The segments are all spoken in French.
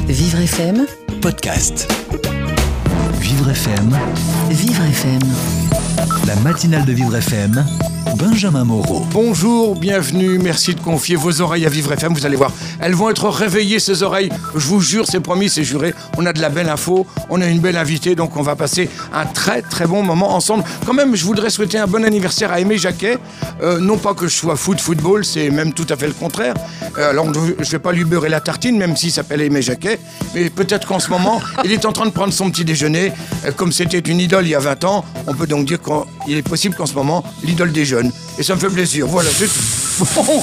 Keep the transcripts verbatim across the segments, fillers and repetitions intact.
Vivre F M Podcast. Vivre F M. Vivre F M. La matinale de Vivre F M. Benjamin Moreau. Bonjour, bienvenue, merci de confier vos oreilles à Vivre F M, vous allez voir, elles vont être réveillées ces oreilles, je vous jure, c'est promis, c'est juré, on a de la belle info, on a une belle invitée, donc on va passer un très très bon moment ensemble. Quand même, je voudrais souhaiter un bon anniversaire à Aimé Jacquet, euh, non pas que je sois foot football, c'est même tout à fait le contraire, euh, alors je ne vais pas lui beurrer la tartine, même s'il s'appelle Aimé Jacquet, mais peut-être qu'en ce moment, il est en train de prendre son petit déjeuner, euh, comme c'était une idole il y a vingt ans, on peut donc dire qu'il est possible qu'en ce moment, l'idole déjeune. Et ça me fait plaisir, voilà, c'est tout. Bon,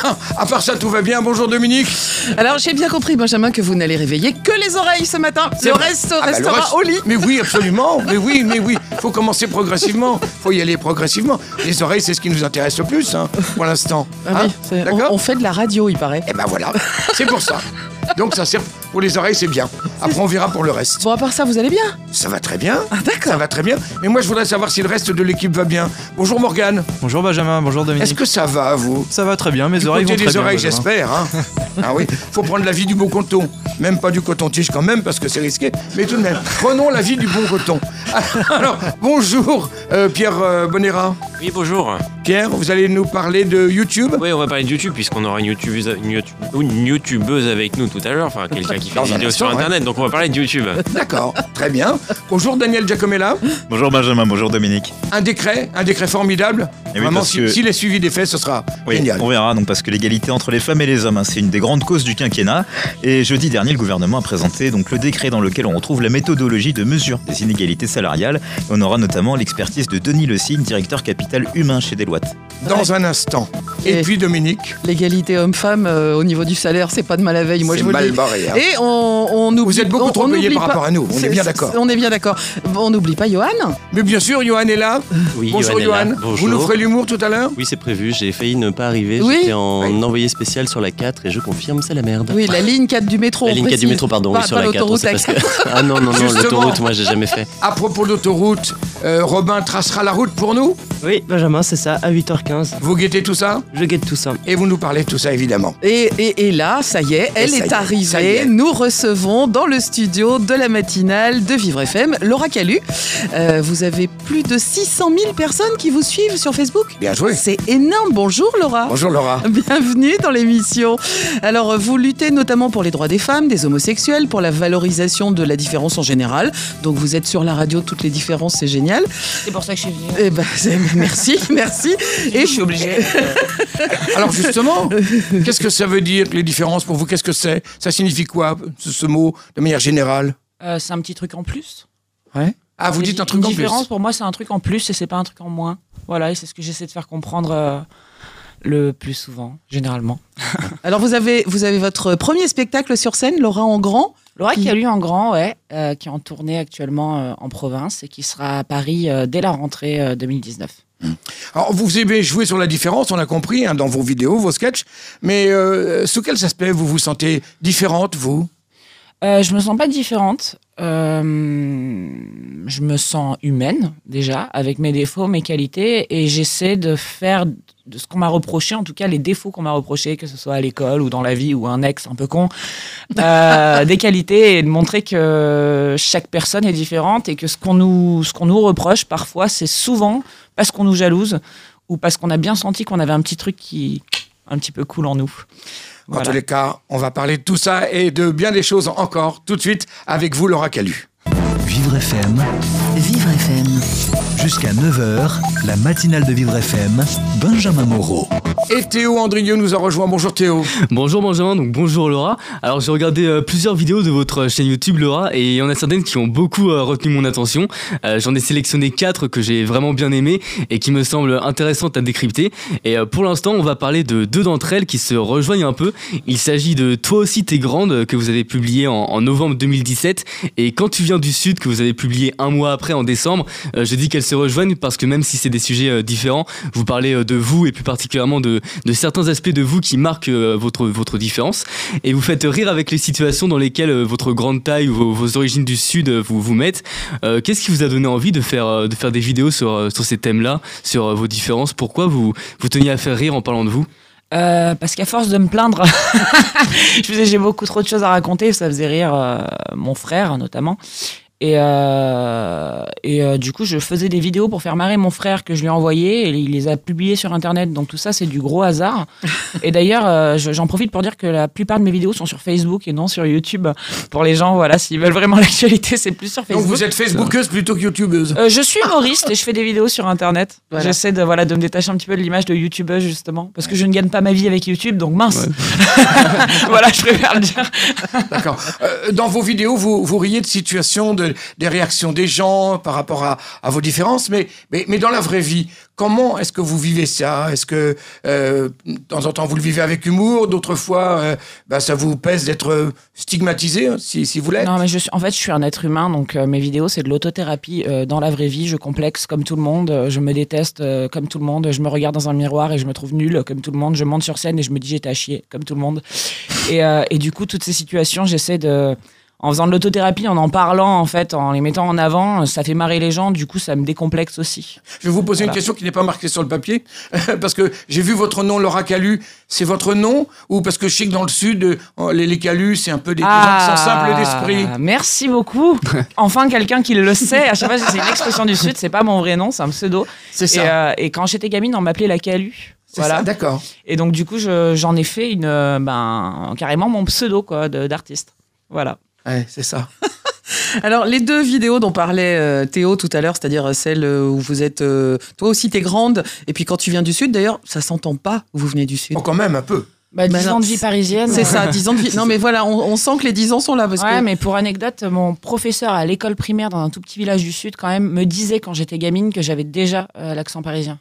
à part ça, tout va bien. Bonjour Dominique. Alors, j'ai bien compris, Benjamin, que vous n'allez réveiller que les oreilles ce matin. C'est le vrai. reste Ah bah, restera le reste... au lit. Mais oui, absolument. Mais oui, mais oui. Faut commencer progressivement. Faut y aller progressivement. Les oreilles, c'est ce qui nous intéresse le plus, hein, pour l'instant. Ah hein oui, c'est- D'accord. on, on fait de la radio, il paraît. Et ben voilà, c'est pour ça. Donc ça sert pour les oreilles, c'est bien. Après, on verra pour le reste. Bon, à part ça, vous allez bien? Ça va très bien. Ah, d'accord. Ça va très bien. Mais moi, je voudrais savoir si le reste de l'équipe va bien. Bonjour Morgane. Bonjour Benjamin, bonjour Dominique. Est-ce que ça va, vous? Ça va très bien, mes Du oreilles côté vont très des bien. oreilles, Benjamin. j'espère. Hein. Ah oui, faut prendre l'avis du bon coton. Même pas du coton-tige quand même, parce que c'est risqué. Mais tout de même, prenons l'avis du bon coton. Alors, bonjour euh, Pierre euh, Bonera. Oui, bonjour. Pierre, vous allez nous parler de YouTube. Oui, on va parler de YouTube, puisqu'on aura une youtubeuse, une YouTube- une youtubeuse avec nous tout à l'heure, enfin quelqu'un qui fait Dans des un vidéos instant, sur Internet, donc on va parler de YouTube. D'accord, très bien. Bonjour Daniel Giacomella. Bonjour Benjamin, bonjour Dominique. Un décret, un décret formidable. Et oui, Vraiment, parce si- que- s'il est suivi des faits, ce sera Oui, génial. on verra, donc, parce que l'égalité entre les femmes et les hommes, hein, c'est une des grandes causes du quinquennat. Et jeudi dernier, le gouvernement a présenté donc, le décret dans lequel on retrouve la méthodologie de mesure des inégalités salariales. Et on aura notamment l'expertise de Denis Le Signe, directeur capital humain chez Deloitte. Dans un instant. Et, Et- puis Dominique, L'égalité homme-femme euh, au niveau du salaire, c'est pas de mal à veille, moi c'est je vous le mal dis. barré. hein. Et on, on oublie, Vous êtes beaucoup on- trop on payé oublie par pas- rapport à nous, on est C'est- bien c'est- d'accord. On est bien d'accord. On n'oublie pas Johan. Mais bien sûr, Johan est là. Oui, Bonjour Johan est là. Johan. Bonjour. Vous nous ferez l'humour tout à l'heure. Oui, c'est prévu. J'ai failli ne pas arriver. Oui. J'étais en Oui. envoyé spécial sur la quatre et je confirme, c'est la merde. Oui, la ligne quatre du métro. La on ligne quatre du précise. métro, pardon, Pas- oui, sur pas la quatre. l'autoroute c'est à parce que- Ah non, non, non, Justement. l'autoroute, moi, j'ai jamais fait. À propos d'autoroute, euh, Robin tracera la route pour nous. Oui, Benjamin, c'est ça, à huit heures quinze. Vous guettez tout ça Je guette tout ça. et vous nous parlez de tout ça évidemment. Et, et, et là, ça y est, elle ça y est est, ça y arrivée. est. Nous recevons dans le studio de la matinale de Vivre F M, Laura Calu. Euh, vous avez plus de six cent mille personnes qui vous suivent sur Facebook. Bien joué. C'est énorme. Bonjour Laura. Bonjour Laura. Bienvenue dans l'émission. Alors, vous luttez notamment pour les droits des femmes, des homosexuels, pour la valorisation de la différence en général. Donc, vous êtes sur la radio, toutes les différences, c'est génial. C'est pour ça que je suis venue. Eh ben, c'est- merci, merci. Et je suis obligée. Alors justement, qu'est-ce que ça veut dire les différences pour vous? Qu'est-ce que c'est? Ça signifie quoi ce, ce mot de manière générale? Euh, c'est un petit truc en plus. Ouais. Ah, vous Une dites un di- truc une en plus. différence, pour moi, c'est un truc en plus et c'est pas un truc en moins. Voilà, et c'est ce que j'essaie de faire comprendre euh, le plus souvent, généralement. Alors, vous avez, vous avez votre premier spectacle sur scène, Laura en grand. Laura Qui- qui a lu en grand, ouais, euh, qui est en tournée actuellement euh, en province et qui sera à Paris euh, dès la rentrée euh, deux mille dix-neuf. Alors vous aimez jouer sur la différence, on a compris hein, dans vos vidéos, vos sketchs, mais euh, sous quels aspects vous vous sentez différente, vous? Euh, je me sens pas différente. Euh, je me sens humaine déjà, avec mes défauts, mes qualités, et j'essaie de faire de ce qu'on m'a reproché, en tout cas les défauts qu'on m'a reproché, que ce soit à l'école ou dans la vie ou un ex un peu con, euh, des qualités et de montrer que chaque personne est différente et que ce qu'on nous, ce qu'on nous reproche parfois, c'est souvent parce qu'on nous jalouse ou parce qu'on a bien senti qu'on avait un petit truc qui un petit peu cool en nous. En Voilà. tous les cas, on va parler de tout ça et de bien des choses encore tout de suite avec vous, Laura Calu. Vivre F M. Vivre F M. Jusqu'à neuf heures, la matinale de Vivre F M. Benjamin Moreau. Et Théo Andrieux nous a rejoint. Bonjour Théo. Bonjour Benjamin, donc bonjour Laura. Alors j'ai regardé euh, plusieurs vidéos de votre chaîne YouTube Laura et il y en a certaines qui ont beaucoup euh, retenu mon attention. Euh, j'en ai sélectionné quatre que j'ai vraiment bien aimées et qui me semblent intéressantes à décrypter. Et euh, pour l'instant on va parler de deux d'entre elles qui se rejoignent un peu. Il s'agit de Toi aussi t'es grande que vous avez publié en, en novembre deux mille dix-sept et Quand tu viens du Sud que vous avez publié un mois après en décembre. Euh, je dis qu'elles se rejoignent parce que même si c'est des sujets euh, différents, vous parlez euh, de vous et plus particulièrement de, de certains aspects de vous qui marquent euh, votre, votre différence. Et vous faites rire avec les situations dans lesquelles euh, votre grande taille ou vos, vos origines du Sud euh, vous, vous mettent. Euh, qu'est-ce qui vous a donné envie de faire, euh, de faire des vidéos sur, euh, sur ces thèmes-là, sur euh, vos différences? Pourquoi vous, vous teniez à faire rire en parlant de vous? Euh, parce qu'à force de me plaindre, je faisais, j'ai beaucoup trop de choses à raconter, ça faisait rire euh, mon frère notamment. Et, euh, et euh, du coup, je faisais des vidéos pour faire marrer mon frère que je lui ai envoyé et il les a publiées sur Internet. Donc tout ça, c'est du gros hasard. Et d'ailleurs, euh, je, j'en profite pour dire que la plupart de mes vidéos sont sur Facebook et non sur YouTube. Pour les gens, voilà, s'ils veulent vraiment l'actualité, c'est plus sur Facebook. Donc vous êtes facebookeuse plutôt que youtubeuse. Euh, je suis humoriste et je fais des vidéos sur Internet. Voilà. J'essaie de, voilà, de me détacher un petit peu de l'image de youtubeuse, justement. Parce que je ne gagne pas ma vie avec YouTube, donc mince. Ouais. Voilà, je préfère le dire. D'accord. Euh, dans vos vidéos, vous, vous riez de situations, de, des réactions des gens par rapport à, à vos différences, mais, mais, mais dans la vraie vie, comment est-ce que vous vivez ça? Est-ce que euh, de temps en temps vous le vivez avec humour, d'autres fois euh, bah, ça vous pèse d'être stigmatisé, si, si vous l'êtes? Non, mais je suis, en fait, je suis un être humain, donc euh, mes vidéos, c'est de l'autothérapie. Euh, dans la vraie vie, je complexe comme tout le monde, euh, je me déteste euh, comme tout le monde, je me regarde dans un miroir et je me trouve nulle comme tout le monde, je monte sur scène et je me dis j'étais à chier comme tout le monde. Et, euh, et du coup, toutes ces situations, j'essaie de... En faisant de l'autothérapie, en en parlant, en fait, en les mettant en avant, ça fait marrer les gens, du coup, ça me décomplexe aussi. Je vais vous poser Voilà. une question qui n'est pas marquée sur le papier, parce que j'ai vu votre nom, Laura Calu. C'est votre nom? Ou parce que je sais que dans le Sud, les, les Calus, c'est un peu des, Ah, des gens qui sont simples d'esprit. Merci beaucoup. Enfin, quelqu'un qui le sait. À chaque fois, c'est une expression du Sud, c'est pas mon vrai nom, c'est un pseudo. C'est ça. Et, euh, et quand j'étais gamine, on m'appelait la Calu. C'est Voilà. ça, d'accord. Et donc, du coup, je, j'en ai fait une, euh, ben, carrément mon pseudo quoi, de, d'artiste. Voilà. Ouais, c'est ça. Alors, les deux vidéos dont parlait euh, Théo tout à l'heure, c'est-à-dire celle où vous êtes... euh, toi aussi, t'es grande. Et puis, quand tu viens du Sud, d'ailleurs, ça s'entend pas où vous venez du Sud. Oh, quand même, un peu. Bah, Bah dix non, ans de vie parisienne. C'est ça, dix ans de vie. Non, mais voilà, on, on sent que les dix ans sont là. Parce Ouais, que... mais pour anecdote, mon professeur à l'école primaire dans un tout petit village du Sud, quand même, me disait quand j'étais gamine que j'avais déjà euh, l'accent parisien.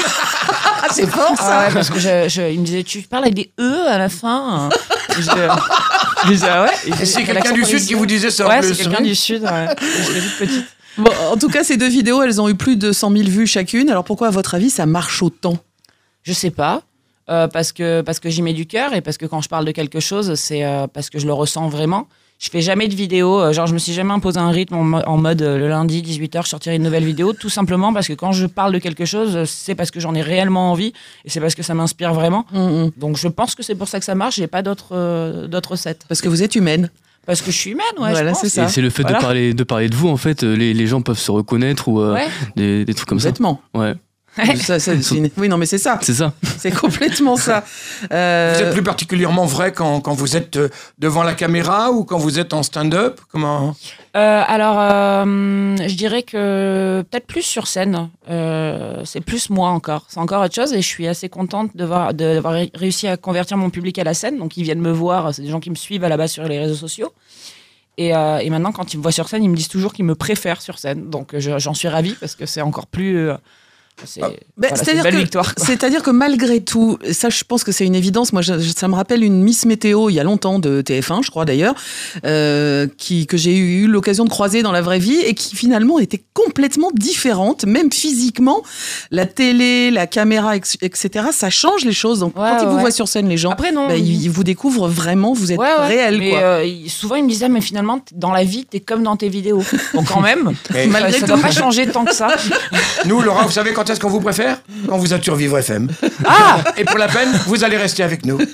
Ah, c'est fort, ça. Ah ouais, parce que je, je, il me disait, tu parles avec des E à la fin. Et je, je disais, ah ouais. Et c'est quelqu'un du Sud qui vous disait ça en Ouais, plus. c'est quelqu'un du Sud. Ouais. Je l'ai vu petite. Bon, en tout cas, ces deux vidéos, elles ont eu plus de cent mille vues chacune. Alors, pourquoi, à votre avis, ça marche autant? Je sais pas. Euh, parce que, parce que j'y mets du cœur et parce que quand je parle de quelque chose, c'est euh, parce que je le ressens vraiment. Je fais jamais de vidéo, euh, genre je me suis jamais imposé un rythme en, mo- en mode euh, le lundi dix-huit heures je sortirai une nouvelle vidéo, tout simplement parce que quand je parle de quelque chose, euh, c'est parce que j'en ai réellement envie et c'est parce que ça m'inspire vraiment. Mmh, mmh. Donc je pense que c'est pour ça que ça marche, j'ai pas d'autres euh, d'autres recettes. Parce que vous êtes humaine. Parce que je suis humaine, ouais, Voilà, je pense. c'est ça. Et c'est le fait Voilà. de, parler, de parler de vous, en fait, euh, les, les gens peuvent se reconnaître ou euh, Ouais. des, des trucs comme ça. Complètement. Ouais, Ça, ça, c'est une- Oui, non, mais c'est ça. c'est ça. C'est complètement ça. Euh, Vous êtes plus particulièrement vrai quand, quand vous êtes euh, devant la caméra ou quand vous êtes en stand-up? Comment? Euh, alors, euh, je dirais que peut-être plus sur scène. Euh, c'est plus moi encore. C'est encore autre chose et je suis assez contente de voir- de- d'avoir ré- réussi à convertir mon public à la scène. Donc, ils viennent me voir. C'est des gens qui me suivent à la base sur les réseaux sociaux. Et, euh, et maintenant, quand ils me voient sur scène, ils me disent toujours qu'ils me préfèrent sur scène. Donc, je- j'en suis ravie parce que c'est encore plus... euh, c'est Ah. Ben, voilà, c'est c'est-à-dire une belle que- victoire. quoi. C'est-à-dire que malgré tout, ça je pense que c'est une évidence, moi je- je- ça me rappelle une Miss Météo il y a longtemps de T F un, je crois d'ailleurs, euh, qui, que j'ai eu l'occasion de croiser dans la vraie vie et qui finalement était complètement différente, même physiquement. La télé, la caméra, ex- et cetera, ça change les choses. Donc Ouais, quand ils vous ouais. voient sur scène, les gens, Après, non. ben, ils, ils vous découvrent vraiment, vous êtes Ouais, ouais. réel. Mais Quoi. euh, ils- souvent, ils me disaient, mais finalement, t- dans la vie, t'es comme dans tes vidéos. Donc, quand même, Et malgré ça ne tout. doit pas changer tant que ça. nous, Laura, vous savez quand est-ce qu'on vous préfère? Quand vous êtes sur Vivre F M. Ah Et pour la peine, vous allez rester avec nous.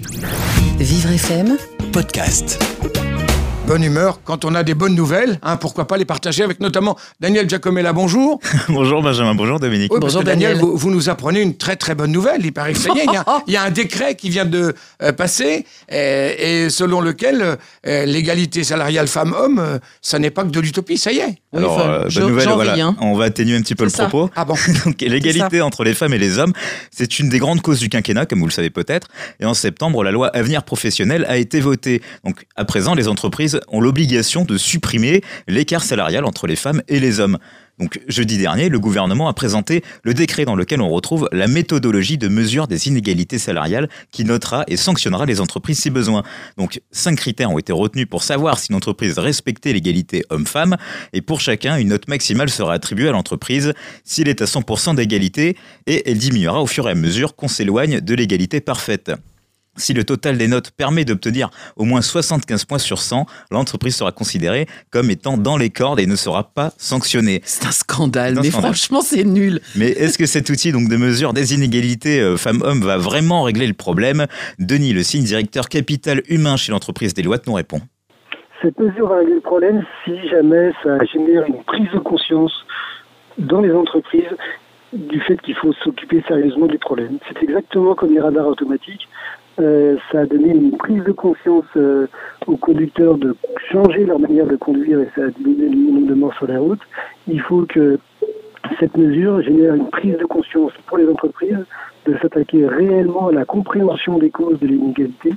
Vivre F M, podcast. Bonne humeur quand on a des bonnes nouvelles, hein, pourquoi pas les partager avec notamment Daniel Giacomella. Bonjour. Bonjour Benjamin, bonjour Dominique. Oui, parce Bonjour, que Daniel, Daniel. vous, vous nous apprenez une très très bonne nouvelle. Il paraît que ça y est, il y a, il y a un décret qui vient de euh, passer euh, et selon lequel euh, l'égalité salariale femmes-hommes, euh, ça n'est pas que de l'utopie, ça y est. Oui, Alors, enfin, euh, j'en- bonne nouvelle, j'en voilà, ris, hein. on va atténuer un petit peu le C'est ça. propos. Ah bon. Donc, l'égalité entre les femmes et les hommes, c'est une des grandes causes du quinquennat, comme vous le savez peut-être. Et en septembre, la loi Avenir professionnel a été votée. Donc, à présent, les entreprises ont l'obligation de supprimer l'écart salarial entre les femmes et les hommes. Donc, jeudi dernier, le gouvernement a présenté le décret dans lequel on retrouve la méthodologie de mesure des inégalités salariales qui notera et sanctionnera les entreprises si besoin. Donc, cinq critères ont été retenus pour savoir si une entreprise respectait l'égalité homme-femme. Et pour chacun, une note maximale sera attribuée à l'entreprise s'il est à cent pour cent d'égalité et elle diminuera au fur et à mesure qu'on s'éloigne de l'égalité parfaite. Si le total des notes permet d'obtenir au moins soixante-quinze points sur cent, l'entreprise sera considérée comme étant dans les cordes et ne sera pas sanctionnée. C'est un scandale, C'est un mais scandale. franchement, c'est nul. Mais est-ce que cet outil donc, de mesure des inégalités euh, femmes-hommes va vraiment régler le problème ? Denis Le Signe, directeur capital humain chez l'entreprise Deloitte, nous répond. Cette mesure va régler le problème si jamais ça génère une prise de conscience dans les entreprises du fait qu'il faut s'occuper sérieusement du problème. C'est exactement comme les radars automatiques. Euh, ça a donné une prise de conscience euh, aux conducteurs de changer leur manière de conduire et ça a diminué le nombre de morts sur la route. Il faut que cette mesure génère une prise de conscience pour les entreprises de s'attaquer réellement à la compréhension des causes de l'inégalité.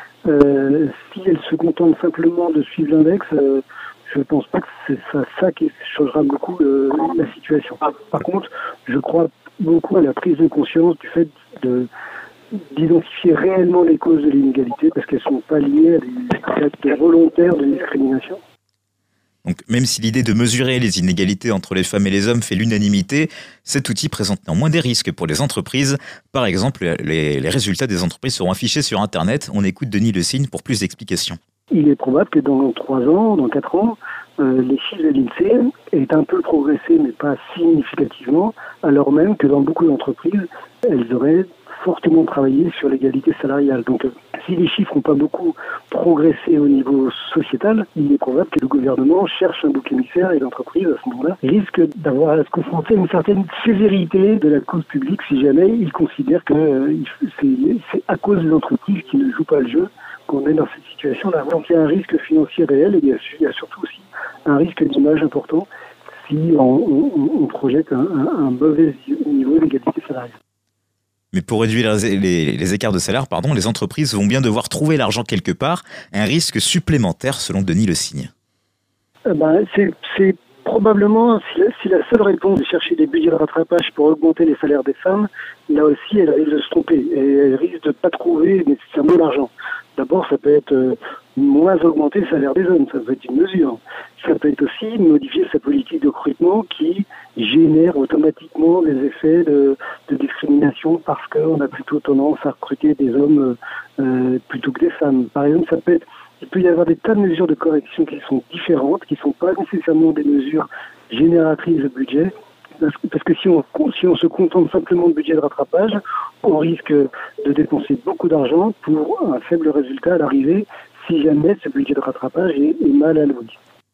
Euh, si elles se contentent simplement de suivre l'index, euh, je ne pense pas que c'est ça, ça qui changera beaucoup euh, la situation. Par, par contre, je crois beaucoup à la prise de conscience du fait de d'identifier réellement les causes de l'inégalité parce qu'elles ne sont pas liées à des actes volontaires de discrimination. Donc, même si l'idée de mesurer les inégalités entre les femmes et les hommes fait l'unanimité, cet outil présente néanmoins des risques pour les entreprises. Par exemple, les, les résultats des entreprises seront affichés sur Internet. On écoute Denis Le Signe pour plus d'explications. Il est probable que dans trois ans, dans quatre ans, euh, les chiffres de l'INSEE aient un peu progressé, mais pas significativement, alors même que dans beaucoup d'entreprises, elles auraient fortement travaillé sur l'égalité salariale. Donc, euh, si les chiffres n'ont pas beaucoup progressé au niveau sociétal, il est probable que le gouvernement cherche un bouc émissaire et l'entreprise, à ce moment-là, risque d'avoir à se confronter à une certaine sévérité de la cause publique si jamais il considère que euh, c'est, c'est à cause des entreprises qui ne jouent pas le jeu qu'on est dans cette situation-là. Donc, il y a un risque financier réel et il y a, il y a surtout aussi un risque d'image important si on, on, on projette un, un, un mauvais niveau d'égalité salariale. Mais pour réduire les, les, les écarts de salaire, pardon, les entreprises vont bien devoir trouver l'argent quelque part, un risque supplémentaire selon Denis Le Signe. Euh ben, c'est, c'est probablement, si la, si la seule réponse est de chercher des budgets de rattrapage pour augmenter les salaires des femmes, là aussi elle risque de se tromper et elle risque de ne pas trouver nécessairement l'argent. D'abord, ça peut être euh, moins augmenter le salaire des hommes, ça peut être une mesure. Ça peut être aussi modifier sa politique de recrutement qui génère automatiquement des effets de, de discrimination parce qu'on a plutôt tendance à recruter des hommes euh, plutôt que des femmes. Par exemple, ça peut être, il peut y avoir des tas de mesures de correction qui sont différentes, qui ne sont pas nécessairement des mesures génératrices de budget. Parce que si on, si on se contente simplement de budget de rattrapage, on risque de dépenser beaucoup d'argent pour un faible résultat à l'arrivée si jamais ce budget de rattrapage est, est mal alloué.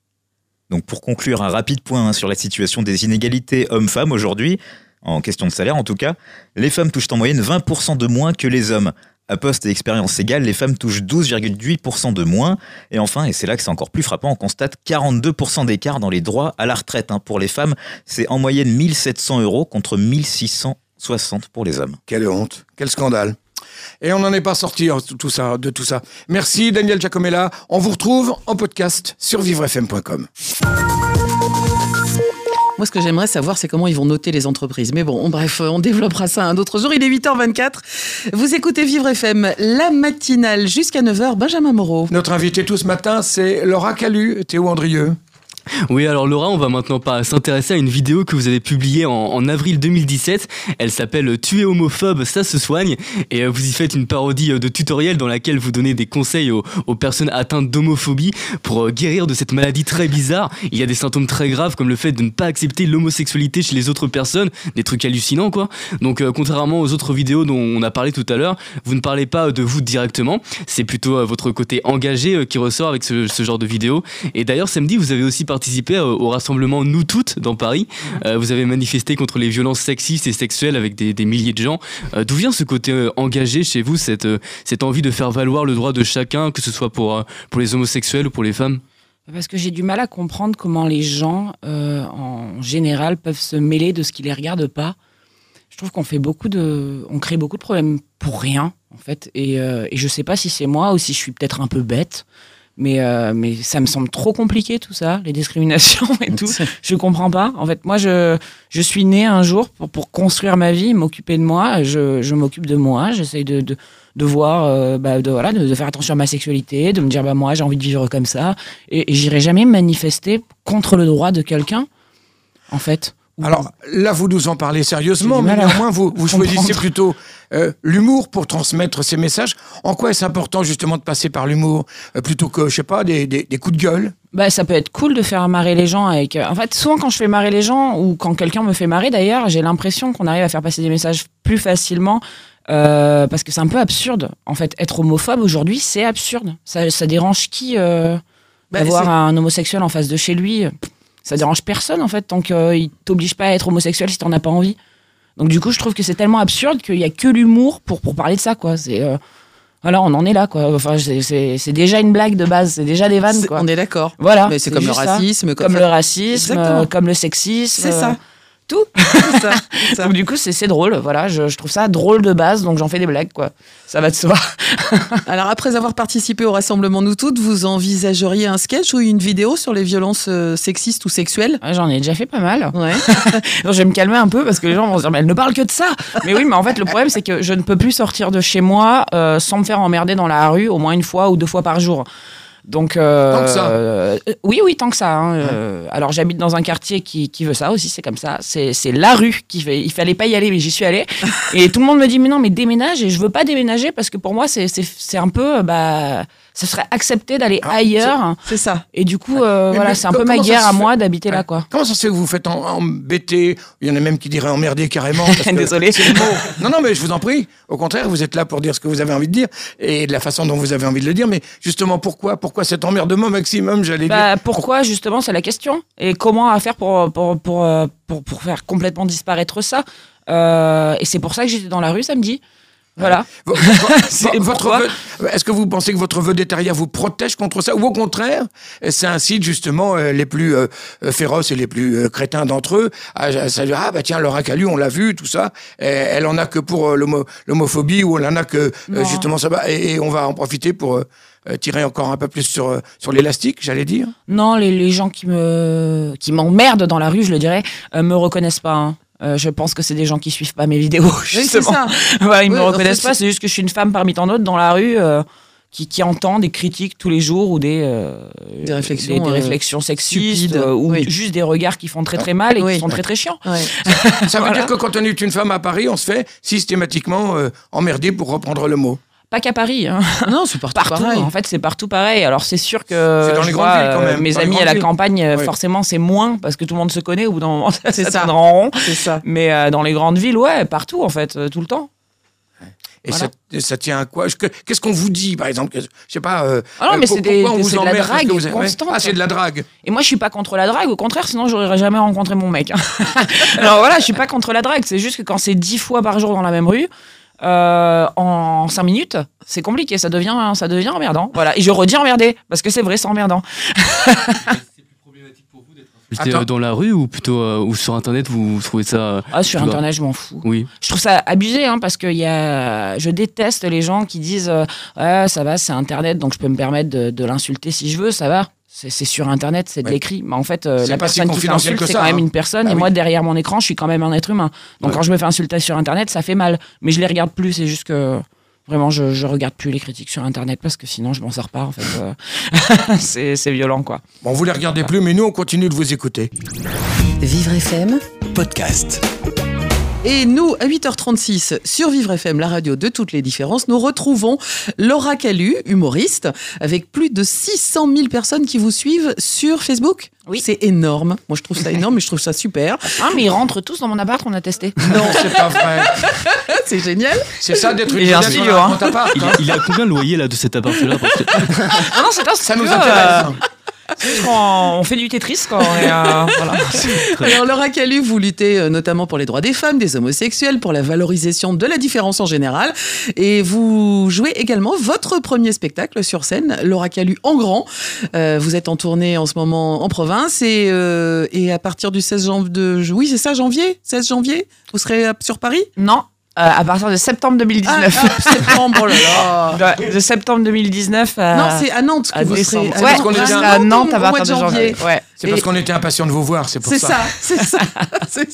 Donc pour conclure, un rapide point hein, sur la situation des inégalités hommes-femmes aujourd'hui, en question de salaire en tout cas, les femmes touchent en moyenne vingt pour cent de moins que les hommes. À poste et expérience égale, les femmes touchent douze virgule huit pour cent de moins. Et enfin, et c'est là que c'est encore plus frappant, on constate quarante-deux pour cent d'écart dans les droits à la retraite. Hein. Pour les femmes, c'est en moyenne mille sept cents euros contre mille six cent soixante pour les hommes. Quelle honte, quel scandale. Et on n'en est pas sorti tout ça, de tout ça. Merci Daniel Giacomella. On vous retrouve en podcast sur vivre f m point com. Moi, ce que j'aimerais savoir, c'est comment ils vont noter les entreprises. Mais bon, bref, on développera ça un autre jour. Il est huit heures vingt-quatre. Vous écoutez Vivre F M, la matinale jusqu'à neuf heures. Benjamin Moreau. Notre invité tout ce matin, c'est Laura Calu, Théo Andrieux. Oui, alors Laura, on va maintenant pas s'intéresser à une vidéo que vous avez publiée en, en avril deux mille dix-sept. Elle s'appelle « Tu es homophobe, ça se soigne » et vous y faites une parodie de tutoriel dans laquelle vous donnez des conseils aux, aux personnes atteintes d'homophobie pour guérir de cette maladie très bizarre. Il y a des symptômes très graves comme le fait de ne pas accepter l'homosexualité chez les autres personnes, des trucs hallucinants quoi. Donc euh, contrairement aux autres vidéos dont on a parlé tout à l'heure, vous ne parlez pas de vous directement, c'est plutôt euh, votre côté engagé euh, qui ressort avec ce, ce genre de vidéo. Et d'ailleurs samedi, vous avez aussi participé au, au rassemblement Nous Toutes dans Paris. Euh, vous avez manifesté contre les violences sexistes et sexuelles avec des, des milliers de gens. Euh, d'où vient ce côté euh, engagé chez vous, cette, euh, cette envie de faire valoir le droit de chacun, que ce soit pour, euh, pour les homosexuels ou pour les femmes ? Parce que j'ai du mal à comprendre comment les gens, euh, en général, peuvent se mêler de ce qui les regarde pas. Je trouve qu'on fait beaucoup de, on crée beaucoup de problèmes pour rien, en fait. Et, euh, et je sais pas si c'est moi ou si je suis peut-être un peu bête. Mais, euh, mais ça me semble trop compliqué tout ça, les discriminations et tout. Je comprends pas. En fait, moi, je, je suis née un jour pour, pour construire ma vie, m'occuper de moi. Je, je m'occupe de moi. J'essaye de, de, de voir, euh, bah, de, voilà, de, de faire attention à ma sexualité, de me dire, bah, moi, j'ai envie de vivre comme ça. Et, et j'irai jamais manifester contre le droit de quelqu'un, en fait. Alors là, vous nous en parlez sérieusement, mais néanmoins, vous, vous choisissez plutôt euh, l'humour pour transmettre ces messages. En quoi est-ce important justement de passer par l'humour euh, plutôt que, je sais pas, des, des, des coups de gueule? Bah, ça peut être cool de faire marrer les gens avec. En fait, souvent quand je fais marrer les gens ou quand quelqu'un me fait marrer d'ailleurs, j'ai l'impression qu'on arrive à faire passer des messages plus facilement. Euh, parce que c'est un peu absurde. En fait, être homophobe aujourd'hui, c'est absurde. Ça, ça dérange qui euh, bah, d'avoir c'est... un homosexuel en face de chez lui? Ça dérange personne en fait, tant qu'il t'oblige pas à être homosexuel si t'en as pas envie. Donc du coup, je trouve que c'est tellement absurde qu'il y a que l'humour pour pour parler de ça, quoi. C'est euh, voilà, on en est là, quoi. Enfin, c'est, c'est, c'est déjà une blague de base, c'est déjà des vannes, quoi. On est d'accord. Voilà. Mais c'est, c'est comme le racisme, comme, comme le racisme, euh, comme le sexisme. C'est ça. Euh, tout. C'est ça, c'est ça. Donc du coup, c'est, c'est drôle. Voilà, je, je trouve ça drôle de base, donc j'en fais des blagues, quoi. Ça va de soi. Alors après avoir participé au rassemblement Nous Toutes, vous envisageriez un sketch ou une vidéo sur les violences euh, sexistes ou sexuelles? Ouais, j'en ai déjà fait pas mal. Ouais. Donc, je vais me calmer un peu parce que les gens vont se dire mais elle ne parle que de ça. Mais oui, mais en fait le problème c'est que je ne peux plus sortir de chez moi euh, sans me faire emmerder dans la rue au moins une fois ou deux fois par jour. Donc euh, tant que ça. Euh, oui, oui, tant que ça. Hein. Ouais. Euh, alors j'habite dans un quartier qui, qui veut ça aussi, c'est comme ça. C'est, c'est la rue qui fait. Il fallait pas y aller, mais j'y suis allée. Et tout le monde me dit mais non, mais déménage. Et je veux pas déménager parce que pour moi c'est c'est, c'est un peu bah. Ce serait accepté d'aller ah, ailleurs. C'est, c'est ça. Et du coup, euh, mais, voilà, mais, c'est un peu ma guerre à moi d'habiter ouais. là, quoi. Comment ça se fait que vous vous faites en, embêter? Il y en a même qui diraient emmerder carrément. Parce que Désolé. C'est le mot. Non, non, mais je vous en prie. Au contraire, vous êtes là pour dire ce que vous avez envie de dire et de la façon dont vous avez envie de le dire. Mais justement, pourquoi, pourquoi cet emmerdement maximum, j'allais bah, dire? Pourquoi, justement, c'est la question. Et comment à faire pour, pour, pour, pour, pour faire complètement disparaître ça? euh, Et c'est pour ça que j'étais dans la rue samedi. Voilà. Votre, votre vœu, est-ce que vous pensez que votre vedettariat vous protège contre ça? Ou au contraire, c'est incite justement euh, les plus euh, féroces et les plus euh, crétins d'entre eux à, à, à dire ah bah tiens, Laura Calu, on l'a vu, tout ça, et, elle en a que pour euh, l'homo, l'homophobie ou elle en a que euh, justement ça va, et, et on va en profiter pour euh, tirer encore un peu plus sur, euh, sur l'élastique, j'allais dire? Non, les, les gens qui, me, qui m'emmerdent dans la rue, je le dirais, euh, me reconnaissent pas. Hein. Euh, je pense que c'est des gens qui suivent pas mes vidéos, justement. Oui, c'est ça. Ouais, ils oui, me reconnaissent en fait, pas, c'est juste que je suis une femme parmi tant d'autres dans la rue euh, qui, qui entend des critiques tous les jours ou des, euh, des réflexions, des, des euh, réflexions sexistes stupides, euh, ou oui. juste des regards qui font très très mal et oui. qui sont très très chiants. Ouais. Ça veut voilà. dire que quand on est une femme à Paris, on se fait systématiquement euh, emmerder, pour reprendre le mot. Pas qu'à Paris. Hein. Non, c'est partout, partout pareil. En fait, c'est partout pareil. Alors, c'est sûr que c'est dans les grandes villes, quand même. Mes dans amis à la villes. campagne, oui. forcément, c'est moins parce que tout le monde se connaît. Au bout d'un moment, ça, c'est ça, ça. tourne en rond. C'est ça. Mais euh, dans les grandes villes, ouais, partout, en fait, euh, tout le temps. Et voilà. ça, ça tient à quoi? Qu'est-ce qu'on vous dit, par exemple? Je sais pas. Euh, ah non, mais pour, c'est, des, on vous c'est de la drague vous constante. Ah, c'est de la drague. Et moi, je suis pas contre la drague. Au contraire, sinon, j'aurais jamais rencontré mon mec. Alors voilà, je suis pas contre la drague. C'est juste que quand c'est dix fois par jour dans la même rue, Euh, en cinq minutes, c'est compliqué, ça devient, ça devient emmerdant. Voilà. Et je redis emmerdé, parce que c'est vrai, c'est emmerdant. C'est plus problématique pour vous d'être insulté Attends. dans la rue ou plutôt euh, ou sur Internet, vous trouvez ça euh, Ah, sur Internet, je m'en fous. Oui. Je trouve ça abusé, hein, parce que y a... je déteste les gens qui disent euh, ouais, ça va, c'est Internet, donc je peux me permettre de, de l'insulter si je veux, ça va. C'est, c'est sur Internet, c'est de ouais. l'écrit. Mais en fait, euh, la personne si qui t'insulte, c'est ça, quand même hein. une personne. Bah et oui. moi, derrière mon écran, je suis quand même un être humain. Donc ouais. quand je me fais insulter sur Internet, ça fait mal. Mais je les regarde plus. C'est juste que vraiment, je, je regarde plus les critiques sur Internet parce que sinon, je m'en sors pas. En fait, euh... c'est, c'est violent, quoi. Bon, vous les regardez plus, mais nous, on continue de vous écouter. Vivre F M podcast. Et nous, à huit heures trente-six, sur Vivre F M, la radio de toutes les différences, nous retrouvons Laura Calu, humoriste, avec plus de six cent mille personnes qui vous suivent sur Facebook. Oui. C'est énorme. Moi, je trouve ça énorme, mais je trouve ça super. Ah, mais ils rentrent tous dans mon appart, on a testé. Non, c'est pas vrai. C'est génial. C'est ça d'être une vedette studio, hein. Appart, il, hein. il a combien le loyer là de cet appart-là? Ah non, c'est pas ça nous intéresse. Euh... Quand on fait du Tetris, quand on est, euh, voilà. Alors, Laura Calu, vous luttez euh, notamment pour les droits des femmes, des homosexuels, pour la valorisation de la différence en général. Et vous jouez également votre premier spectacle sur scène, Laura Calu en grand. Euh, vous êtes en tournée en ce moment en province. Et, euh, et à partir du seize janvier, de, oui, c'est ça, janvier, seize janvier, vous serez sur Paris? Non. Euh, à partir de septembre deux mille dix-neuf. Ah, ah, septembre, oh là là. De septembre deux mille dix-neuf à... Non, c'est à Nantes que à vous décembre. serez. Ouais, on était à Nantes à partir de janvier. Ouais. C'est parce Et... qu'on était impatients de vous voir, c'est pour c'est ça. ça. C'est ça, c'est ça.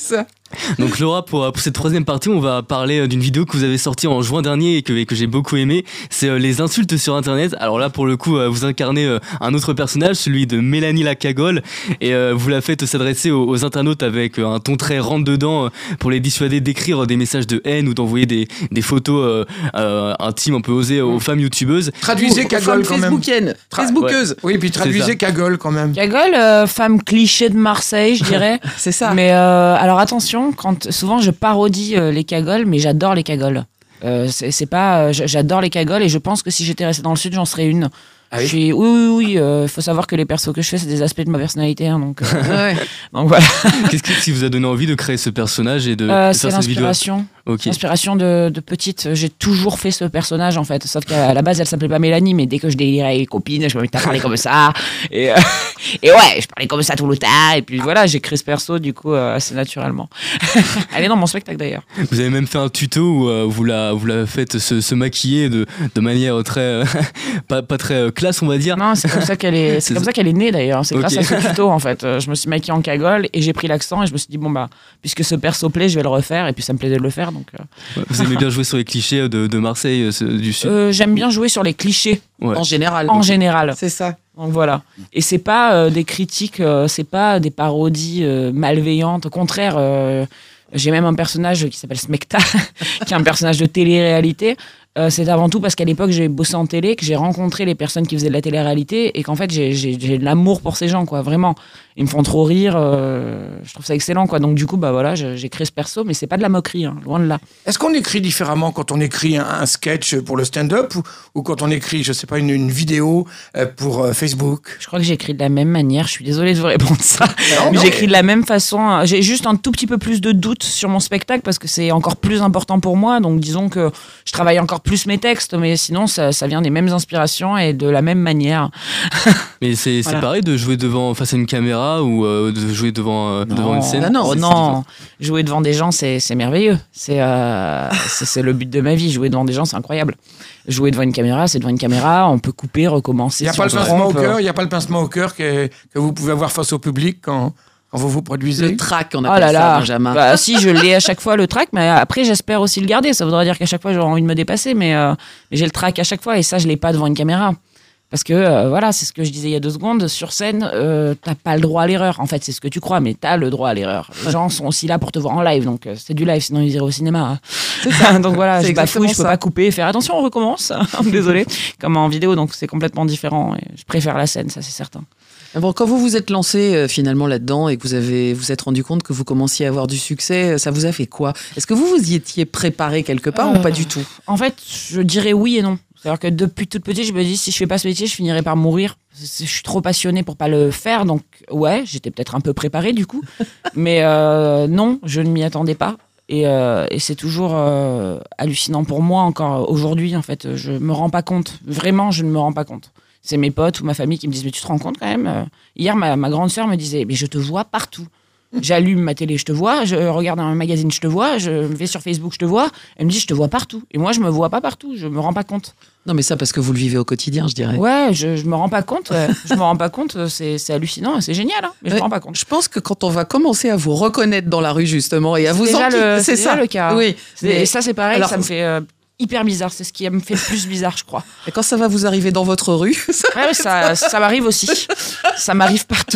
Donc Laura, pour, pour cette troisième partie, on va parler d'une vidéo que vous avez sortie en juin dernier et que, et que j'ai beaucoup aimé. C'est euh, les insultes sur Internet. Alors là, pour le coup, euh, vous incarnez euh, un autre personnage, celui de Mélanie la Cagole, et euh, vous la faites s'adresser aux, aux internautes avec euh, un ton très rentre-dedans euh, pour les dissuader d'écrire des messages de haine ou d'envoyer des, des photos euh, euh, intimes un peu osées aux femmes youtubeuses. Traduisez Cagole quand même. Facebookienne, Tra- Facebookeuse. Ouais. Oui, puis traduisez Cagole quand même. Cagole, euh, femme cliché de Marseille, je dirais. C'est ça. Mais euh, alors attention, quand souvent je parodie euh, les cagoles, mais j'adore les cagoles. Euh, c'est, c'est pas, euh, j'adore les cagoles et je pense que si j'étais restée dans le sud, j'en serais une. Ah oui. Je suis, oui, oui, oui. Il euh, faut savoir que les persos que je fais, c'est des aspects de ma personnalité, hein, donc. Euh, Ouais. donc voilà. Qu'est-ce qui, qui vous a donné envie de créer ce personnage et de, Euh, de c'est faire cette vidéo? l'inspiration. Ok. L'inspiration de, de petite. J'ai toujours fait ce personnage en fait. Sauf qu'à la base, elle s'appelait pas Mélanie, mais dès que je délirais avec les copines, je me mettais à parler comme ça. Et, euh, et ouais, je parlais comme ça tout le temps. Et puis voilà, j'ai créé ce perso du coup euh, assez naturellement. Elle est dans mon spectacle d'ailleurs. Vous avez même fait un tuto où euh, vous la, vous la faites se, se maquiller de, de manière très, euh, pas, pas très euh, classe, on va dire. Non, c'est comme ça qu'elle est. C'est comme ça qu'elle est née d'ailleurs. C'est Ok. grâce à ce tuto en fait. Euh, Je me suis maquillée en cagole et j'ai pris l'accent et je me suis dit bon bah puisque ce perso plaît, je vais le refaire et puis ça me plaisait de le faire donc. Euh, Ouais, vous aimez bien jouer sur les clichés de, de Marseille, euh, ce- du sud. euh, j'aime bien jouer sur les clichés Ouais. En général. en général. C'est ça. Donc voilà. Et c'est pas euh, des critiques, euh, c'est pas des parodies euh, malveillantes. Au contraire, euh, j'ai même un personnage qui s'appelle Smecta, qui est un personnage de télé-réalité. Euh, c'est avant tout parce qu'à l'époque, j'ai bossé en télé, que j'ai rencontré les personnes qui faisaient de la télé-réalité et qu'en fait, j'ai, j'ai, j'ai de l'amour pour ces gens, quoi. Vraiment. Ils me font trop rire. euh, je trouve ça excellent, quoi. Donc du coup, bah voilà, j'ai, j'ai créé ce perso, mais c'est pas de la moquerie, hein, loin de là. Est-ce qu'on écrit différemment quand on écrit un, un sketch pour le stand-up ou, ou quand on écrit, je sais pas, une, une vidéo euh, pour euh, Facebook? Je crois que j'écris de la même manière. Je suis désolée de vous répondre ça. Non, mais non, j'écris mais- de la même façon. J'ai juste un tout petit peu plus de doutes sur mon spectacle parce que c'est encore plus important pour moi. Donc disons que je travaille encore plus mes textes, mais sinon ça, ça vient des mêmes inspirations et de la même manière. Mais c'est, Voilà. c'est pareil de jouer devant, face à une caméra ou euh, de jouer devant, euh, devant une scène. Ah non, Oh c'est- non. Jouer devant des gens, c'est, c'est merveilleux. C'est, euh, c'est, c'est le but de ma vie. Jouer devant des gens, c'est incroyable. Jouer devant une caméra, c'est devant une caméra. On peut couper, recommencer. Il n'y a si pas on le se pincement au trompe. cœur, il n'y a pas le pincement au cœur que, que vous pouvez avoir face au public quand, quand vous vous produisez. Le trac, on Oh appelle là ça, là, Benjamin. bah, si je l'ai à chaque fois le trac, mais après j'espère aussi le garder. Ça voudrait dire qu'à chaque fois j'aurai envie de me dépasser, mais, euh, mais j'ai le trac à chaque fois et ça je l'ai pas devant une caméra. Parce que euh, voilà, c'est ce que je disais il y a deux secondes. Sur scène, euh, t'as pas le droit à l'erreur. En fait, c'est ce que tu crois, mais t'as le droit à l'erreur. Les gens sont aussi là pour te voir en live, donc euh, c'est du live, sinon ils iraient au cinéma. hein. C'est ça. Donc voilà, C'est je bafouille, exactement je peux ça. pas couper et faire attention, on recommence. Désolé, comme en vidéo, donc c'est complètement différent. Et je préfère la scène, ça c'est certain. Bon, quand vous vous êtes lancé euh, finalement là-dedans et que vous avez vous êtes rendu compte que vous commenciez à avoir du succès, euh, ça vous a fait quoi? Est-ce que vous vous y étiez préparé quelque part Euh, ou pas du tout? En fait, je dirais oui et non. C'est-à-dire que depuis toute petite, je me dis si je fais pas ce métier, je finirai par mourir. Je suis trop passionnée pour pas le faire, donc ouais, j'étais peut-être un peu préparée du coup, mais euh, non, je ne m'y attendais pas. Et, euh, et c'est toujours euh, hallucinant pour moi encore aujourd'hui. En fait, je me rends pas compte. Vraiment, je ne me rends pas compte. C'est mes potes ou ma famille qui me disent mais tu te rends compte quand même. euh, Hier, ma, ma grande sœur me disait mais je te vois partout. J'allume ma télé, je te vois. Je regarde un magazine, je te vois. Je vais sur Facebook, je te vois. Elle me dit je te vois partout. Et moi, je me vois pas partout. Je me rends pas compte. Non, mais ça parce que vous le vivez au quotidien, je dirais. Ouais, je, je me rends pas compte. ouais. Je me rends pas compte. C'est, c'est hallucinant, c'est génial. hein, mais je Ouais. me rends pas compte. Je pense que quand on va commencer à vous reconnaître dans la rue justement et à vous déjà sentir, le- c'est déjà le cas. Oui. Et ça, c'est pareil. Alors- ça me fait euh, hyper bizarre. C'est ce qui me fait le plus bizarre, je crois. Et quand ça va vous arriver dans votre rue, ça- Ouais, ouais, ça, ça m'arrive aussi. Ça m'arrive partout.